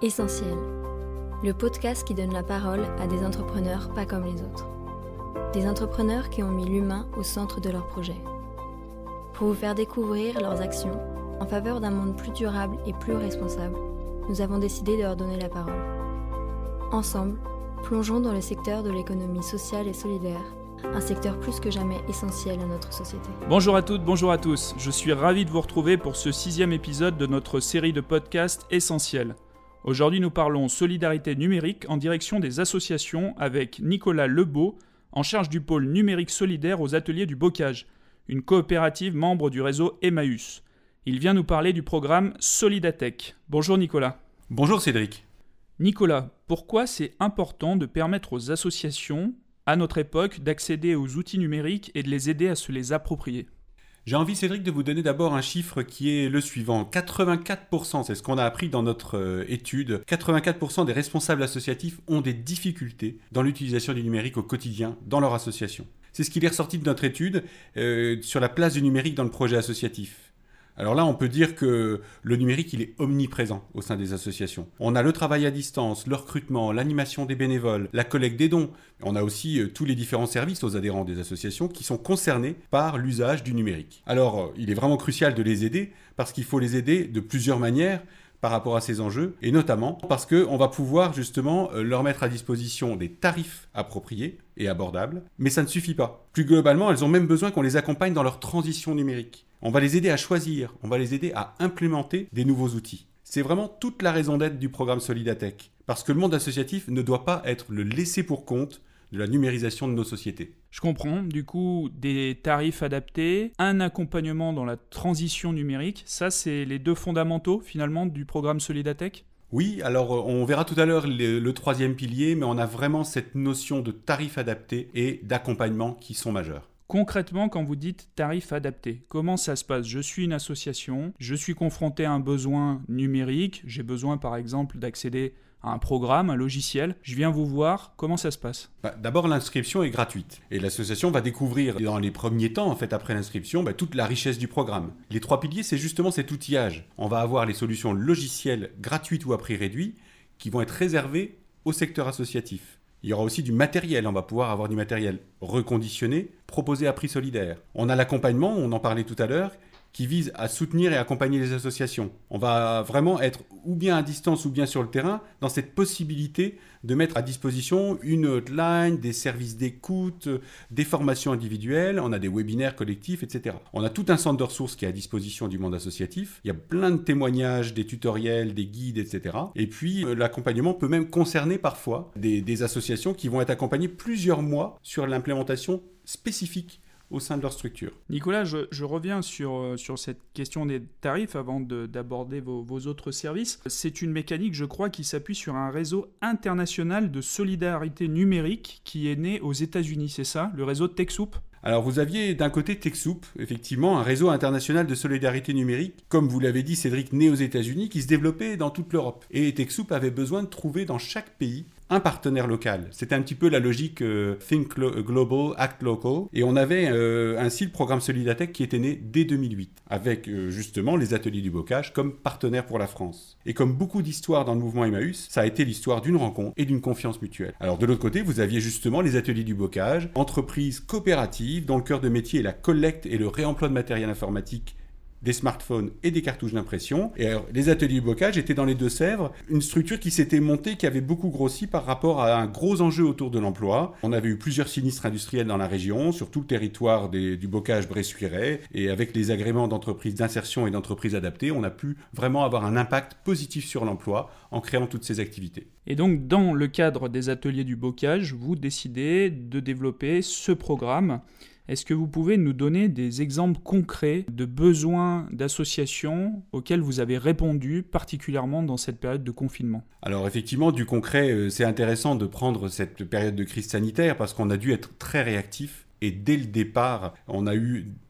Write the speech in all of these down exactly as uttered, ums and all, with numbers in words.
Essentiel, le podcast qui donne la parole à des entrepreneurs pas comme les autres. Des entrepreneurs qui ont mis l'humain au centre de leur projet. Pour vous faire découvrir leurs actions en faveur d'un monde plus durable et plus responsable, nous avons décidé de leur donner la parole. Ensemble, plongeons dans le secteur de l'économie sociale et solidaire, un secteur plus que jamais essentiel à notre société. Bonjour à toutes, bonjour à tous. Je suis ravi de vous retrouver pour ce sixième épisode de notre série de podcasts Essentiel. Aujourd'hui, nous parlons solidarité numérique en direction des associations avec Nicolas Lebeau, en charge du pôle numérique solidaire aux ateliers du Bocage, une coopérative membre du réseau Emmaüs. Il vient nous parler du programme Solidatech. Bonjour Nicolas. Bonjour Cédric. Nicolas, pourquoi c'est important de permettre aux associations, à notre époque, d'accéder aux outils numériques et de les aider à se les approprier ? J'ai envie, Cédric, de vous donner d'abord un chiffre qui est le suivant. quatre-vingt-quatre pour cent, c'est ce qu'on a appris dans notre euh, étude, quatre-vingt-quatre pour cent des responsables associatifs ont des difficultés dans l'utilisation du numérique au quotidien dans leur association. C'est ce qui est ressorti de notre étude euh, sur la place du numérique dans le projet associatif. Alors là, on peut dire que le numérique, il est omniprésent au sein des associations. On a le travail à distance, le recrutement, l'animation des bénévoles, la collecte des dons. On a aussi euh, tous les différents services aux adhérents des associations qui sont concernés par l'usage du numérique. Alors, euh, il est vraiment crucial de les aider parce qu'il faut les aider de plusieurs manières par rapport à ces enjeux, et notamment parce qu'on va pouvoir justement leur mettre à disposition des tarifs appropriés et abordables, mais ça ne suffit pas. Plus globalement, elles ont même besoin qu'on les accompagne dans leur transition numérique. On va les aider à choisir, on va les aider à implémenter des nouveaux outils. C'est vraiment toute la raison d'être du programme Solidatech, parce que le monde associatif ne doit pas être le laissé pour compte de la numérisation de nos sociétés. Je comprends, du coup, des tarifs adaptés, un accompagnement dans la transition numérique, ça c'est les deux fondamentaux finalement du programme Solidatech ? Oui, alors on verra tout à l'heure le, le troisième pilier, mais on a vraiment cette notion de tarifs adaptés et d'accompagnement qui sont majeurs. Concrètement, quand vous dites tarif adapté, comment ça se passe ? Je suis une association, je suis confronté à un besoin numérique, j'ai besoin par exemple d'accéder à un programme, un logiciel, je viens vous voir, comment ça se passe ? bah, D'abord, l'inscription est gratuite et l'association va découvrir dans les premiers temps, en fait, après l'inscription, bah, toute la richesse du programme. Les trois piliers, c'est justement cet outillage. On va avoir les solutions logicielles gratuites ou à prix réduit qui vont être réservées au secteur associatif. Il y aura aussi du matériel, on va pouvoir avoir du matériel reconditionné, proposé à prix solidaire. On a l'accompagnement, on en parlait tout à l'heure, qui vise à soutenir et accompagner les associations. On va vraiment être ou bien à distance ou bien sur le terrain dans cette possibilité de mettre à disposition une hotline, des services d'écoute, des formations individuelles, on a des webinaires collectifs, et cetera. On a tout un centre de ressources qui est à disposition du monde associatif. Il y a plein de témoignages, des tutoriels, des guides, et cetera. Et puis euh, l'accompagnement peut même concerner parfois des, des associations qui vont être accompagnées plusieurs mois sur l'implémentation spécifique au sein de leur structure. Nicolas, je, je reviens sur, sur cette question des tarifs avant de, d'aborder vos, vos autres services. C'est une mécanique, je crois, qui s'appuie sur un réseau international de solidarité numérique qui est né aux États-Unis, c'est ça ? Le réseau TechSoup ? Alors vous aviez d'un côté TechSoup, effectivement, un réseau international de solidarité numérique, comme vous l'avez dit Cédric, né aux États-Unis, qui se développait dans toute l'Europe. Et TechSoup avait besoin de trouver dans chaque pays un partenaire local. C'était un petit peu la logique euh, Think Global, Act Local. Et on avait euh, ainsi le programme Solidatech qui était né dès deux mille huit, avec euh, justement les ateliers du Bocage comme partenaire pour la France. Et comme beaucoup d'histoires dans le mouvement Emmaüs, ça a été l'histoire d'une rencontre et d'une confiance mutuelle. Alors de l'autre côté, vous aviez justement les ateliers du Bocage, entreprise coopérative dont le cœur de métier est la collecte et le réemploi de matériel informatique, des smartphones et des cartouches d'impression. Et alors, les ateliers du Bocage étaient dans les Deux-Sèvres, une structure qui s'était montée, qui avait beaucoup grossi par rapport à un gros enjeu autour de l'emploi. On avait eu plusieurs sinistres industriels dans la région, sur tout le territoire des, du Bocage-Bressuiret, et avec les agréments d'entreprises d'insertion et d'entreprises adaptées, on a pu vraiment avoir un impact positif sur l'emploi en créant toutes ces activités. Et donc, dans le cadre des ateliers du Bocage, vous décidez de développer ce programme. Est-ce que vous pouvez nous donner des exemples concrets de besoins d'associations auxquels vous avez répondu, particulièrement dans cette période de confinement ? Alors effectivement, du concret, c'est intéressant de prendre cette période de crise sanitaire parce qu'on a dû être très réactif. Et dès le départ, on a eu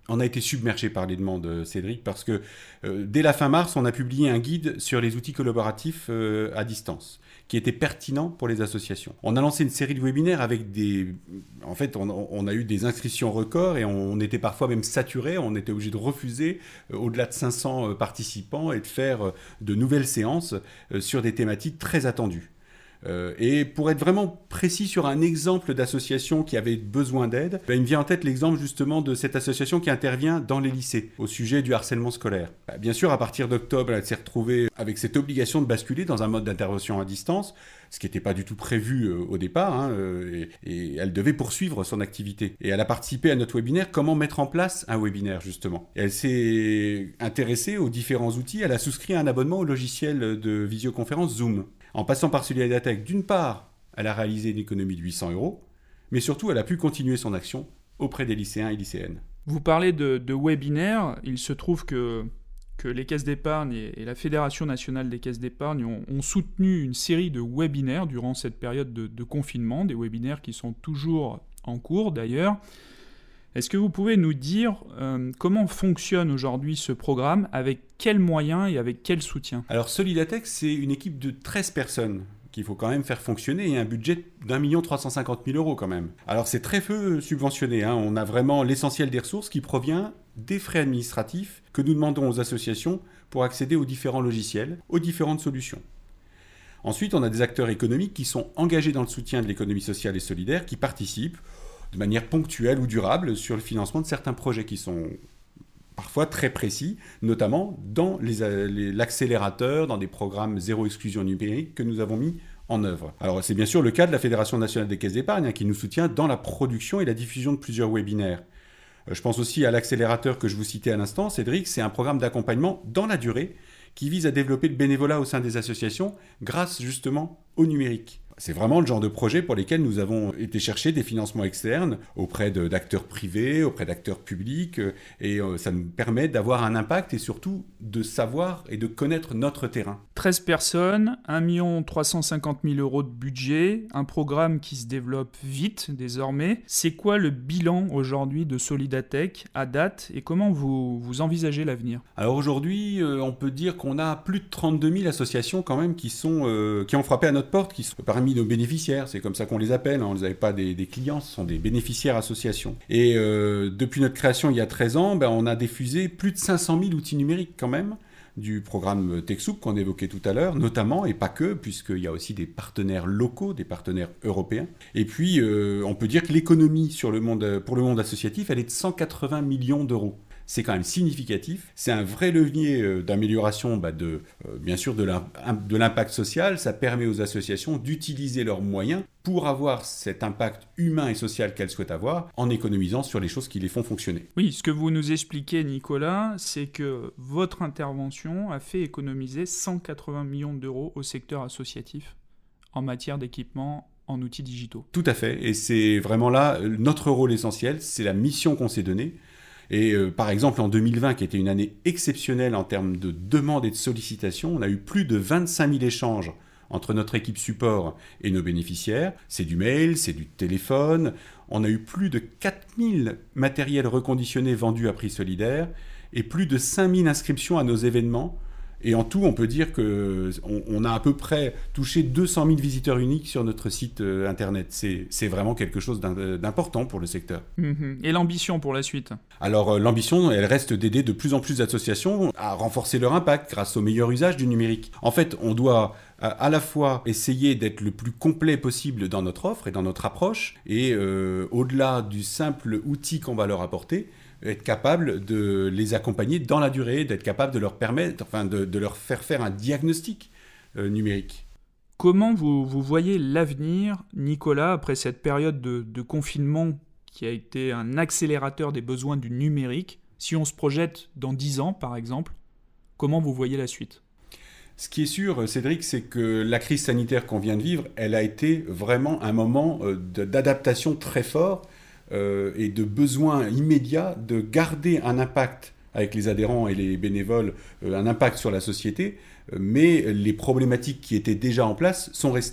On a été submergé par les demandes, Cédric, parce que euh, dès la fin mars, on a publié un guide sur les outils collaboratifs euh, à distance, qui était pertinent pour les associations. On a lancé une série de webinaires avec des... En fait, on, on a eu des inscriptions records et on, on était parfois même saturé. On était obligé de refuser euh, au-delà de cinq cents euh, participants et de faire euh, de nouvelles séances euh, sur des thématiques très attendues. Euh, et pour être vraiment précis sur un exemple d'association qui avait besoin d'aide, ben, il me vient en tête l'exemple justement de cette association qui intervient dans les lycées au sujet du harcèlement scolaire. Ben, bien sûr, à partir d'octobre, elle s'est retrouvée avec cette obligation de basculer dans un mode d'intervention à distance, ce qui n'était pas du tout prévu euh, au départ, hein, euh, et, et elle devait poursuivre son activité. Et elle a participé à notre webinaire « Comment mettre en place un webinaire ?» justement. Et elle s'est intéressée aux différents outils, elle a souscrit un abonnement au logiciel de visioconférence Zoom. En passant par Solidatech, d'une part, elle a réalisé une économie de huit cents euros, mais surtout, elle a pu continuer son action auprès des lycéens et lycéennes. Vous parlez de, de webinaires. Il se trouve que, que les caisses d'épargne et, et la Fédération nationale des caisses d'épargne ont, ont soutenu une série de webinaires durant cette période de, de confinement, des webinaires qui sont toujours en cours d'ailleurs. Est-ce que vous pouvez nous dire euh, comment fonctionne aujourd'hui ce programme, avec quels moyens et avec quel soutien ? Alors Solidatech, c'est une équipe de treize personnes qu'il faut quand même faire fonctionner et un budget d'un million trois cent cinquante mille euros quand même. Alors c'est très peu subventionné, hein. On a vraiment l'essentiel des ressources qui provient des frais administratifs que nous demandons aux associations pour accéder aux différents logiciels, aux différentes solutions. Ensuite, on a des acteurs économiques qui sont engagés dans le soutien de l'économie sociale et solidaire, qui participent de manière ponctuelle ou durable sur le financement de certains projets qui sont parfois très précis, notamment dans les, les, l'accélérateur, dans des programmes zéro exclusion numérique que nous avons mis en œuvre. Alors c'est bien sûr le cas de la Fédération nationale des caisses d'épargne, hein, qui nous soutient dans la production et la diffusion de plusieurs webinaires. Euh, je pense aussi à l'accélérateur que je vous citais à l'instant, Cédric, c'est un programme d'accompagnement dans la durée qui vise à développer le bénévolat au sein des associations grâce justement au numérique. C'est vraiment le genre de projet pour lesquels nous avons été chercher des financements externes auprès de, d'acteurs privés, auprès d'acteurs publics, et euh, ça nous permet d'avoir un impact et surtout de savoir et de connaître notre terrain. treize personnes, un million trois cent cinquante mille euros de budget, un programme qui se développe vite désormais. C'est quoi le bilan aujourd'hui de Solidatech à date et comment vous, vous envisagez l'avenir ? Alors aujourd'hui, euh, on peut dire qu'on a plus de trente-deux mille associations quand même qui, sont, euh, qui ont frappé à notre porte, qui sont parmi nos bénéficiaires, c'est comme ça qu'on les appelle, hein. On ne les avait pas des, des clients, ce sont des bénéficiaires associations. Et euh, depuis notre création il y a treize ans, ben, on a diffusé plus de cinq cent mille outils numériques quand même, du programme TechSoup qu'on évoquait tout à l'heure, notamment, et pas que, puisqu'il y a aussi des partenaires locaux, des partenaires européens. Et puis, euh, on peut dire que l'économie sur le monde, pour le monde associatif, elle est de cent quatre-vingts millions d'euros. C'est quand même significatif. C'est un vrai levier d'amélioration, bah de, euh, bien sûr, de l'impact social. Ça permet aux associations d'utiliser leurs moyens pour avoir cet impact humain et social qu'elles souhaitent avoir, en économisant sur les choses qui les font fonctionner. Oui, ce que vous nous expliquez, Nicolas, c'est que votre intervention a fait économiser cent quatre-vingts millions d'euros au secteur associatif en matière d'équipement en outils digitaux. Tout à fait, et c'est vraiment là notre rôle essentiel, c'est la mission qu'on s'est donnée. Et euh, par exemple, en deux mille vingt, qui était une année exceptionnelle en termes de demandes et de sollicitations, on a eu plus de vingt-cinq mille échanges entre notre équipe support et nos bénéficiaires. C'est du mail, c'est du téléphone. On a eu plus de quatre mille matériels reconditionnés vendus à prix solidaire et plus de cinq mille inscriptions à nos événements. Et en tout, on peut dire qu'on on a à peu près touché deux cent mille visiteurs uniques sur notre site euh, internet. C'est, c'est vraiment quelque chose d'important pour le secteur. Mmh. Et l'ambition pour la suite ? Alors euh, l'ambition, elle reste d'aider de plus en plus d'associations à renforcer leur impact grâce au meilleur usage du numérique. En fait, on doit à, à la fois essayer d'être le plus complet possible dans notre offre et dans notre approche, et euh, au-delà du simple outil qu'on va leur apporter, être capable de les accompagner dans la durée, d'être capable de leur permettre, enfin de, de leur faire faire un diagnostic euh, numérique. Comment vous, vous voyez l'avenir, Nicolas, après cette période de, de confinement qui a été un accélérateur des besoins du numérique ? Si on se projette dans dix ans, par exemple, comment vous voyez la suite ? Ce qui est sûr, Cédric, c'est que la crise sanitaire qu'on vient de vivre, elle a été vraiment un moment euh, de, d'adaptation très fort Euh, et de besoin immédiat de garder un impact avec les adhérents et les bénévoles, euh, un impact sur la société, euh, mais les problématiques qui étaient déjà en place sont restées.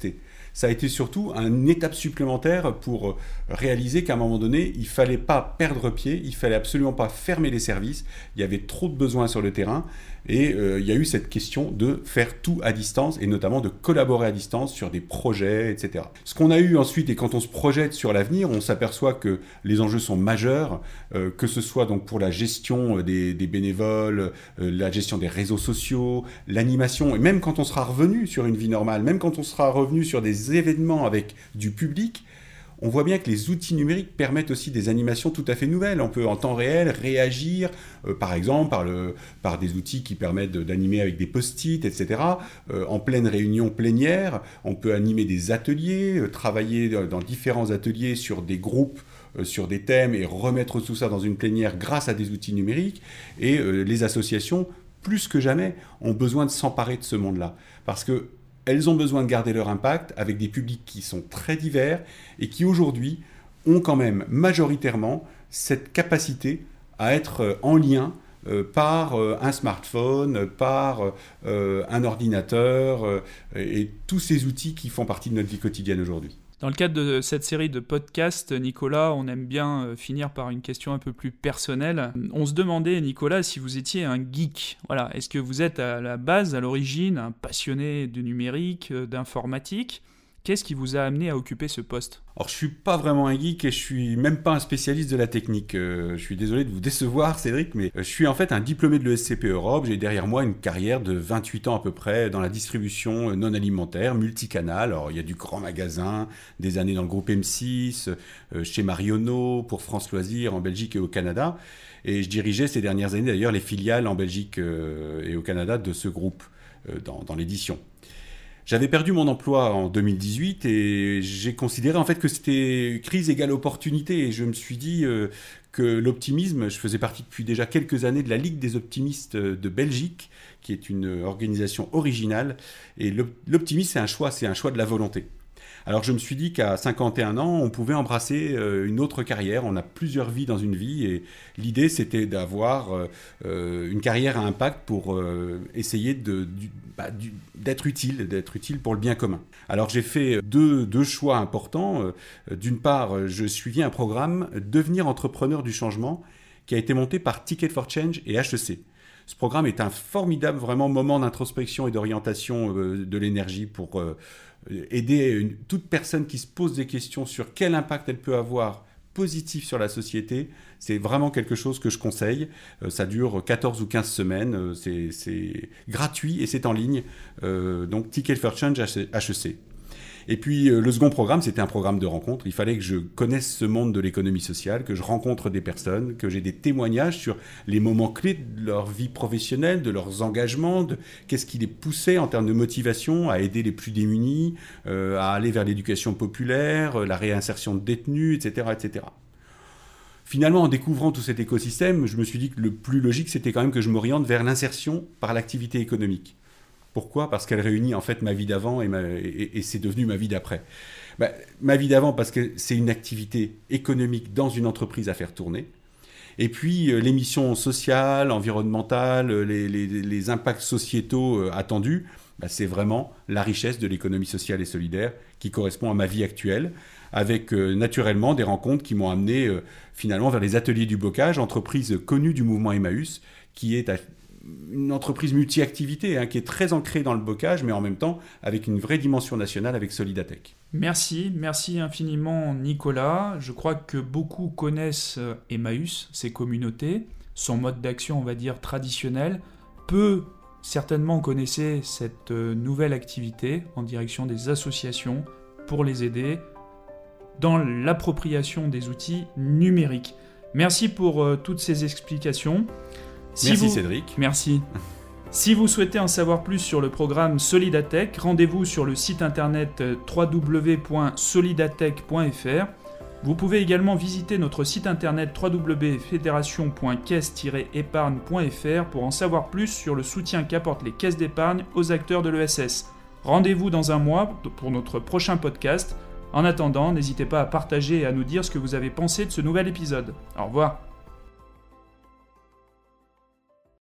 ça a été surtout une étape supplémentaire pour réaliser qu'à un moment donné, il ne fallait pas perdre pied, il ne fallait absolument pas fermer les services, il y avait trop de besoins sur le terrain, et euh, il y a eu cette question de faire tout à distance, et notamment de collaborer à distance sur des projets, et cetera. Ce qu'on a eu ensuite, et quand on se projette sur l'avenir, on s'aperçoit que les enjeux sont majeurs, euh, que ce soit donc pour la gestion des, des bénévoles, euh, la gestion des réseaux sociaux, l'animation, et même quand on sera revenu sur une vie normale, même quand on sera revenu sur des événements avec du public, on voit bien que les outils numériques permettent aussi des animations tout à fait nouvelles. On peut en temps réel réagir, euh, par exemple, par, le, par des outils qui permettent de, d'animer avec des post-it, et cetera. Euh, en pleine réunion plénière, on peut animer des ateliers, euh, travailler dans différents ateliers sur des groupes, euh, sur des thèmes, et remettre tout ça dans une plénière grâce à des outils numériques. Et euh, les associations, plus que jamais, ont besoin de s'emparer de ce monde-là. Parce que elles ont besoin de garder leur impact avec des publics qui sont très divers et qui aujourd'hui ont quand même majoritairement cette capacité à être en lien euh, par euh, un smartphone, par euh, un ordinateur euh, et tous ces outils qui font partie de notre vie quotidienne aujourd'hui. Dans le cadre de cette série de podcasts, Nicolas, on aime bien finir par une question un peu plus personnelle. On se demandait, Nicolas, si vous étiez un geek. Voilà, est-ce que vous êtes à la base, à l'origine, un passionné de numérique, d'informatique ? Qu'est-ce qui vous a amené à occuper ce poste ? Alors, je ne suis pas vraiment un geek et je ne suis même pas un spécialiste de la technique. Euh, je suis désolé de vous décevoir, Cédric, mais je suis en fait un diplômé de l'E S C P Europe. J'ai derrière moi une carrière de vingt-huit ans à peu près dans la distribution non alimentaire, multicanal. Alors, il y a du grand magasin, des années dans le groupe M six, euh, chez Marionneau, pour France Loisirs en Belgique et au Canada. Et je dirigeais ces dernières années d'ailleurs les filiales en Belgique euh, et au Canada de ce groupe euh, dans, dans l'édition. J'avais perdu mon emploi en deux mille dix-huit et j'ai considéré en fait que c'était crise égale opportunité et je me suis dit euh, que l'optimisme, je faisais partie depuis déjà quelques années de la Ligue des optimistes de Belgique, qui est une organisation originale, et l'optimisme c'est un choix, c'est un choix de la volonté. Alors je me suis dit qu'à cinquante et un ans, on pouvait embrasser euh, une autre carrière. On a plusieurs vies dans une vie et l'idée c'était d'avoir euh, une carrière à impact pour euh, essayer de, du, bah, du, d'être utile, d'être utile pour le bien commun. Alors j'ai fait deux, deux choix importants. Euh, d'une part, je suivis un programme Devenir entrepreneur du changement qui a été monté par Ticket for Change et H E C. Ce programme est un formidable vraiment moment d'introspection et d'orientation euh, de l'énergie pour euh, aider une, toute personne qui se pose des questions sur quel impact elle peut avoir positif sur la société. C'est vraiment quelque chose que je conseille. Euh, ça dure quatorze ou quinze semaines. Euh, c'est, c'est gratuit et c'est en ligne. Euh, donc Ticket for Change H E C. Et puis euh, le second programme, c'était un programme de rencontre. Il fallait que je connaisse ce monde de l'économie sociale, que je rencontre des personnes, que j'ai des témoignages sur les moments clés de leur vie professionnelle, de leurs engagements, de qu'est-ce qui les poussait en termes de motivation à aider les plus démunis, euh, à aller vers l'éducation populaire, la réinsertion de détenus, et cetera, et cetera. Finalement, en découvrant tout cet écosystème, je me suis dit que le plus logique, c'était quand même que je m'oriente vers l'insertion par l'activité économique. Pourquoi ? Parce qu'elle réunit en fait ma vie d'avant et, ma, et, et c'est devenu ma vie d'après. Bah, ma vie d'avant parce que c'est une activité économique dans une entreprise à faire tourner. Et puis euh, les missions sociales, environnementales, les, les, les impacts sociétaux euh, attendus, bah, c'est vraiment la richesse de l'économie sociale et solidaire qui correspond à ma vie actuelle, avec euh, naturellement des rencontres qui m'ont amené euh, finalement vers les ateliers du bocage, entreprise connue du mouvement Emmaüs, qui est à une entreprise multi-activité hein, qui est très ancrée dans le bocage, mais en même temps avec une vraie dimension nationale avec Solidatech. Merci, merci infiniment Nicolas. Je crois que beaucoup connaissent Emmaüs, ses communautés, son mode d'action, on va dire, traditionnel. Peu, certainement, connaissaient cette nouvelle activité en direction des associations pour les aider dans l'appropriation des outils numériques. Merci pour euh, toutes ces explications. Si Merci vous... Cédric. Merci. Si vous souhaitez en savoir plus sur le programme Solidatech, rendez-vous sur le site internet w w w point solidatech point f r. Vous pouvez également visiter notre site internet w w w point fédération point caisse tiret épargne point f r pour en savoir plus sur le soutien qu'apportent les caisses d'épargne aux acteurs de l'E S S. Rendez-vous dans un mois pour notre prochain podcast. En attendant, n'hésitez pas à partager et à nous dire ce que vous avez pensé de ce nouvel épisode. Au revoir.